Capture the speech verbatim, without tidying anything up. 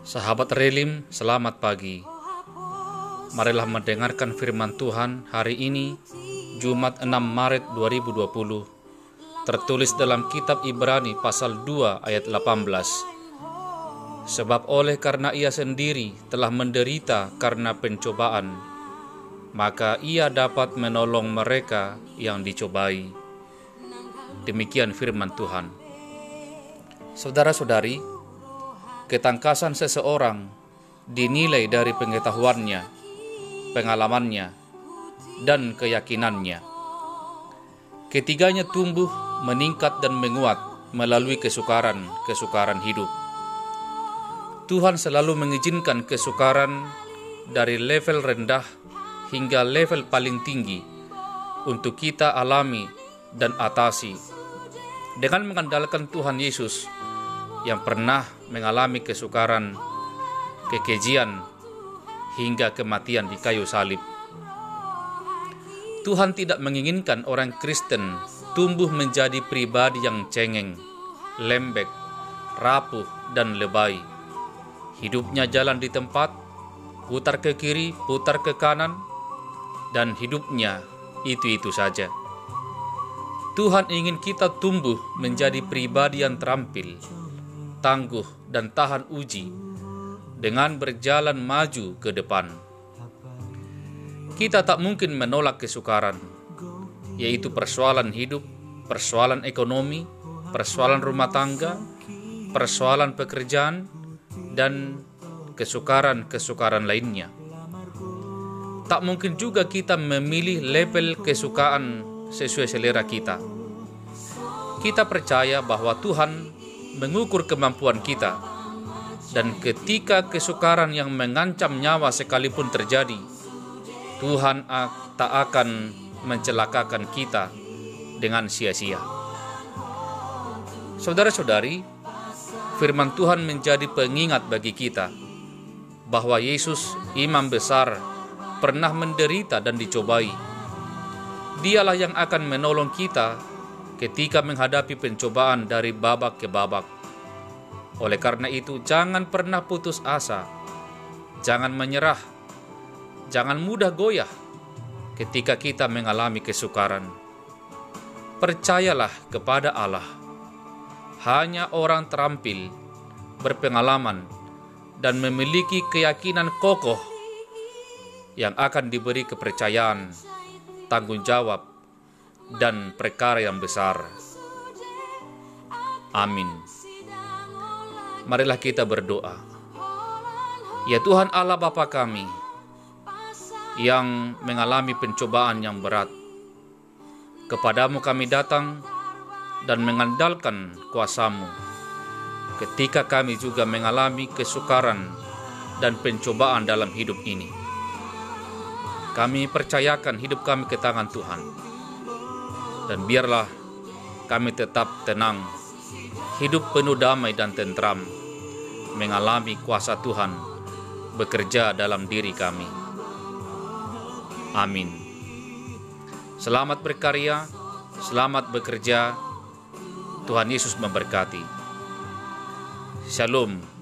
Sahabat Relim, selamat pagi. Marilah mendengarkan firman Tuhan hari ini, Jumat enam Maret dua ribu dua puluh, tertulis dalam kitab Ibrani pasal dua ayat delapan belas. Sebab oleh karena ia sendiri telah menderita karena pencobaan, maka ia dapat menolong mereka yang dicobai. Demikian firman Tuhan. Saudara-saudari, ketangkasan seseorang dinilai dari pengetahuannya, pengalamannya, dan keyakinannya. Ketiganya tumbuh, meningkat, dan menguat melalui kesukaran-kesukaran hidup. Tuhan selalu mengizinkan kesukaran dari level rendah hingga level paling tinggi untuk kita alami dan atasi dengan mengandalkan Tuhan Yesus yang pernah mengalami kesukaran, kekejian, hingga kematian di kayu salib. Tuhan tidak menginginkan orang Kristen tumbuh menjadi pribadi yang cengeng, lembek, rapuh, dan lebay. Hidupnya jalan di tempat, putar ke kiri, putar ke kanan, dan hidupnya itu-itu saja. Tuhan ingin kita tumbuh menjadi pribadi yang terampil, tangguh, dan tahan uji dengan berjalan maju ke depan. Kita tak mungkin menolak kesukaran, yaitu persoalan hidup, persoalan ekonomi, persoalan rumah tangga, persoalan pekerjaan, dan kesukaran-kesukaran lainnya. Tak mungkin juga kita memilih level kesukaan sesuai selera kita. Kita percaya bahwa Tuhan mengukur kemampuan kita, dan ketika kesukaran yang mengancam nyawa sekalipun terjadi, Tuhan tak akan mencelakakan kita dengan sia-sia. Saudara-saudari, firman Tuhan menjadi pengingat bagi kita bahwa Yesus, Imam Besar, pernah menderita dan dicobai. Dialah yang akan menolong kita ketika menghadapi pencobaan dari babak ke babak. Oleh karena itu, jangan pernah putus asa, jangan menyerah, jangan mudah goyah ketika kita mengalami kesukaran. Percayalah kepada Allah. Hanya orang terampil, berpengalaman, dan memiliki keyakinan kokoh yang akan diberi kepercayaan, tanggung jawab, dan perkara yang besar. Amin. Marilah kita berdoa. Ya Tuhan Allah Bapa kami, yang mengalami pencobaan yang berat, kepadamu kami datang dan mengandalkan kuasa-Mu ketika kami juga mengalami kesukaran dan pencobaan dalam hidup ini. Kami percayakan hidup kami ke tangan Tuhan, dan biarlah kami tetap tenang, hidup penuh damai dan tentram, mengalami kuasa Tuhan bekerja dalam diri kami. Amin. Selamat berkarya, selamat bekerja. Tuhan Yesus memberkati. Shalom.